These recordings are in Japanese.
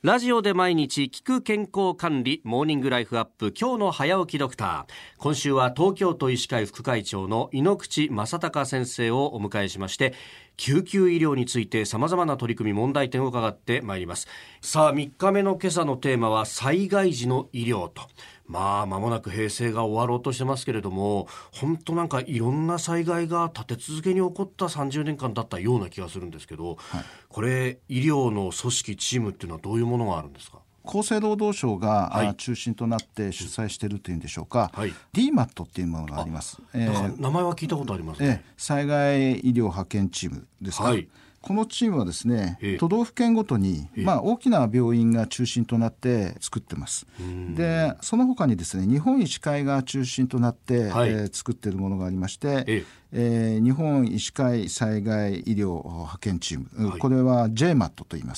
ラジオで毎日聞く健康管理モーニングライフアップ、今日の早起きドクター。今週は東京都医師会副会長の井ノ口正孝先生をお迎えしまして、救急医療について様々な取り組み問題点を伺ってまいります。さあ、3日目の今朝のテーマは災害時の医療と。間もなく平成が終わろうとしてますけれども、本当なんかいろんな災害が立て続けに起こった30年間だったような気がするんですけど、これ医療の組織チームっていうのはどういうものがあるんですか？ 厚生労働省が、中心となって主催しているというんでしょうか、DMAT っていうものがあります。 なんか名前は聞いたことありますね。 災害医療派遣チームですか。このチームはですね、都道府県ごとに、大きな病院が中心となって作ってます。で、その他にですね、日本医師会が中心となって、作っているものがありまして、日本医師会災害医療派遣チーム、これは JMAT と言います。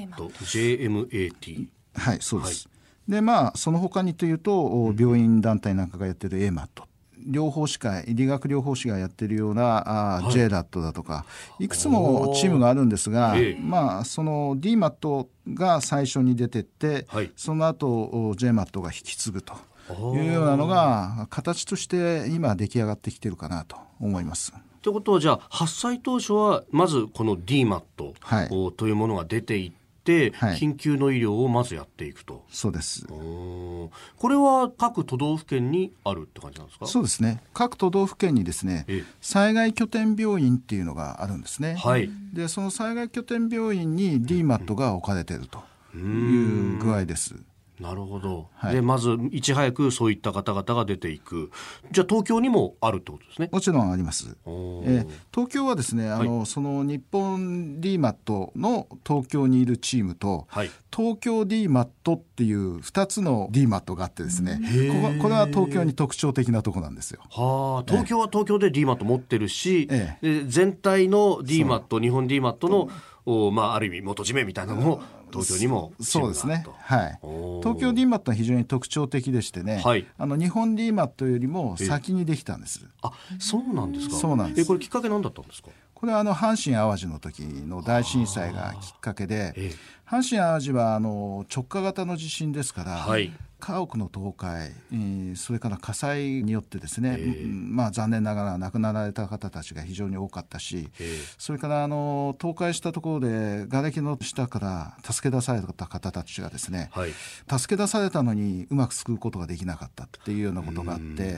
JMAT。 はい、そうです。で、その他にというと、病院団体なんかがやっている AMAT、療法士会、理学療法士がやっているようなJLAT だとか、いくつもチームがあるんですが、その DMAT が最初に出てって、その後 JMAT が引き継ぐというようなのが形として今出来上がってきているかなと思います。 ということは、じゃあ発災当初はまずこの DMAT、というものが出ていって、緊急の医療をまずやっていくと。 そうです。 これは各都道府県にあるって感じなんですか？ そうですね。各都道府県にですね、災害拠点病院っていうのがあるんですね。で、その災害拠点病院に DMAT が置かれているという具合です。 なるほど。で、まずいち早くそういった方々が出ていく。じゃあ東京にもあるってことですね？ もちろんあります。東京はですね、その日本 DMAT の東京にいるチームと、東京 DMAT っていう2つの DMAT があってですね、これは東京に特徴的なところなんですよ。 東京は東京で DMAT 持ってるし、で全体の DMAT、日本 DMAT のある意味元締めみたいなのも東京にもそうですね。東京 DMAT は非常に特徴的でしてね、日本 DMAT よりも先にできたんです。 そうなんですか？ そうなんです。 これきっかけ何だったんですか？ これは阪神・淡路の時の大震災がきっかけで、阪神・淡路は直下型の地震ですから、家屋の倒壊、それから火災によってですね、残念ながら亡くなられた方たちが非常に多かったし、それから倒壊したところで瓦礫の下から助け出された方たちがですね、助け出されたのにうまく救うことができなかったっていうようなことがあって、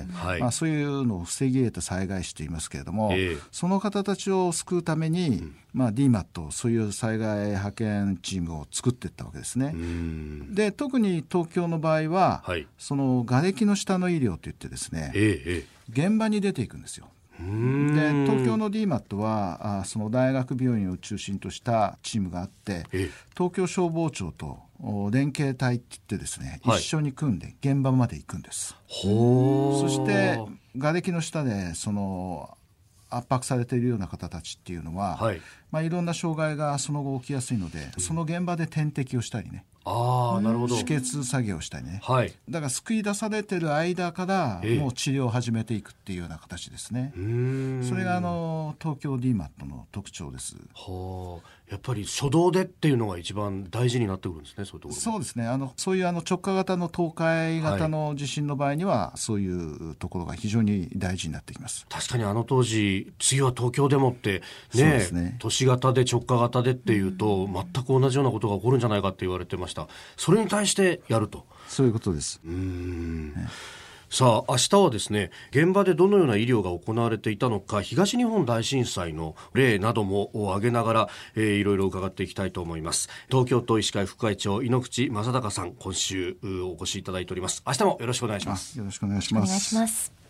そういうのを防ぎ得た災害死と言いますけれども、その方たちを救うために、DMAT、そういう災害派遣チームを作っていったわけですね。で、特に東京の場合は、その瓦礫の下の医療といってですね、現場に出ていくんですよ。で、東京の DMAT はその大学病院を中心としたチームがあって、東京消防庁と連携隊って言ってですね、一緒に組んで現場まで行くんです。そして瓦礫の下でその圧迫されているような方たちっていうのは、いろんな障害がその後起きやすいので、その現場で点滴をしたりね、 なるほど、 止血作業をしたりね、だから救い出されている間からもう治療を始めていくっていうような形ですね。それが東京 DMAT の特徴です。 やっぱり初動でっていうのが一番大事になってくるんですね。そういうところ。 そうですね。そういう直下型の倒壊型の地震の場合には、そういうところが非常に大事になってきます。 確かに当時、次は東京でもってね、都市型で直下型でっていうと、全く同じようなことが起こるんじゃないかって言われてました。それに対してやると。 そういうことです。 さあ、明日はですね、現場でどのような医療が行われていたのか、東日本大震災の例なども挙げながら、いろいろ伺っていきたいと思います。東京都医師会副会長、井ノ口正孝さん、今週お越しいただいております。明日もよろしくお願いします。 よろしくお願いします。